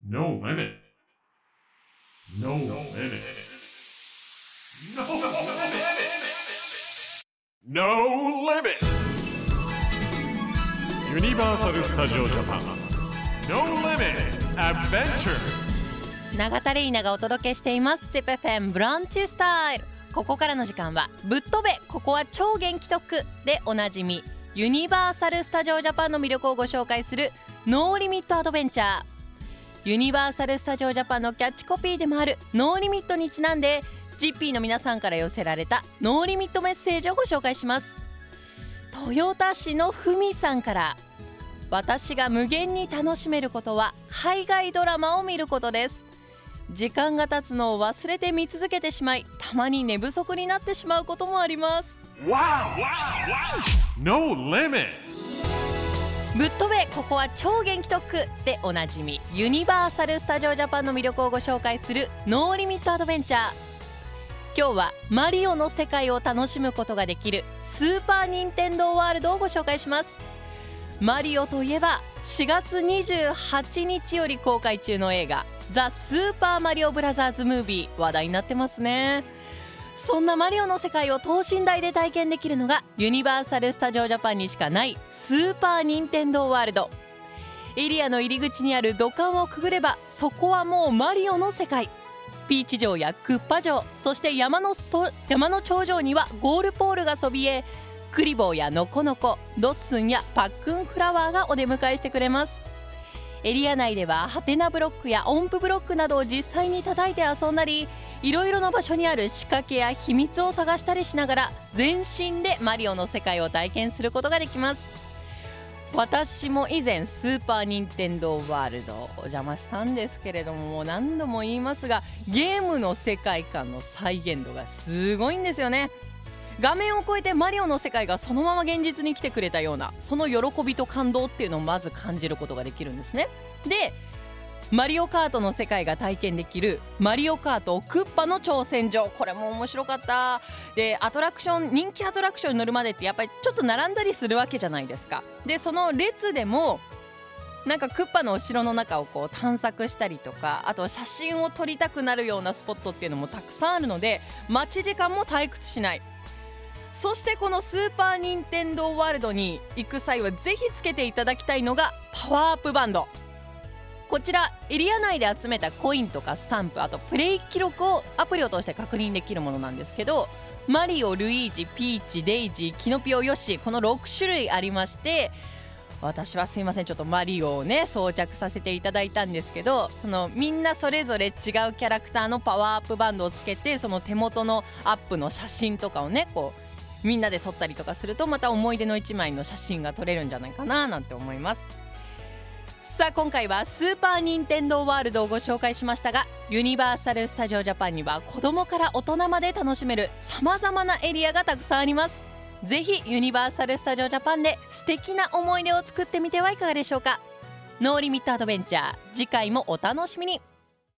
No limit. No limit. No limit. No limit. ユニバーサル・スタジオ・ジャパン No Limit Adventure。 永田玲奈がお届けしています ZIP-FM ブランチスタイル。ここからの時間はぶっ飛べここは超元気特でおなじみユニバーサル・スタジオ・ジャパンの魅力をご紹介するノーリミットアドベンチャー。ユニバーサル・スタジオ・ジャパンのキャッチコピーでもあるノーリミットにちなんで GP の皆さんから寄せられたノーリミットメッセージをご紹介します。豊田市のふみさんから、私が無限に楽しめることは海外ドラマを見ることです。時間が経つのを忘れて見続けてしまい、たまに寝不足になってしまうこともあります。 No Limit。 ぶっ飛べここは超元気特でおなじみユニバーサル・スタジオ・ジャパンの魅力をご紹介するノーリミットアドベンチャー。今日はマリオの世界を楽しむことができるスーパーニンテンドーワールドをご紹介します。マリオといえば4月28日より公開中の映画ザ・スーパーマリオブラザーズ・ムービー話題になってますね。そんなマリオの世界を等身大で体験できるのがユニバーサル・スタジオ・ジャパンにしかないスーパーニンテンドーワールド。エリアの入り口にある土管をくぐればそこはもうマリオの世界。ピーチ城やクッパ城、そして山の頂上にはゴールポールがそびえ、クリボーやノコノコ、ドッスンやパックンフラワーがお出迎えしてくれます。エリア内ではハテナブロックや音符ブロックなどを実際に叩いて遊んだり、いろいろな場所にある仕掛けや秘密を探したりしながら全身でマリオの世界を体験することができます。私も以前スーパーニンテンドーワールドお邪魔したんですけれども、もう何度も言いますがゲームの世界観の再現度がすごいんですよね。画面を越えてマリオの世界がそのまま現実に来てくれたような、その喜びと感動っていうのをまず感じることができるんですね。でマリオカートの世界が体験できるマリオカートクッパの挑戦状、これも面白かった。で人気アトラクションに乗るまでってやっぱりちょっと並んだりするわけじゃないですか。でその列でもなんかクッパのお城の中をこう探索したりとか、あと写真を撮りたくなるようなスポットっていうのもたくさんあるので待ち時間も退屈しない。そしてこのスーパーニンテンドーワールドに行く際はぜひつけていただきたいのがパワーアップバンド。こちらエリア内で集めたコインとかスタンプ、あとプレイ記録をアプリを通して確認できるものなんですけど、マリオ、ルイージ、ピーチ、デイジー、キノピオ、ヨッシー、この6種類ありまして、私はすいませんちょっとマリオをね装着させていただいたんですけど、そのみんなそれぞれ違うキャラクターのパワーアップバンドをつけて、その手元のアップの写真とかをねこうみんなで撮ったりとかするとまた思い出の一枚の写真が撮れるんじゃないかななんて思います。さあ今回はスーパーニンテンドーワールドをご紹介しましたが、ユニバーサル・スタジオ・ジャパンには子供から大人まで楽しめるさまざまなエリアがたくさんあります。ぜひユニバーサル・スタジオ・ジャパンで素敵な思い出を作ってみてはいかがでしょうか。ノーリミットアドベンチャー、次回もお楽しみに。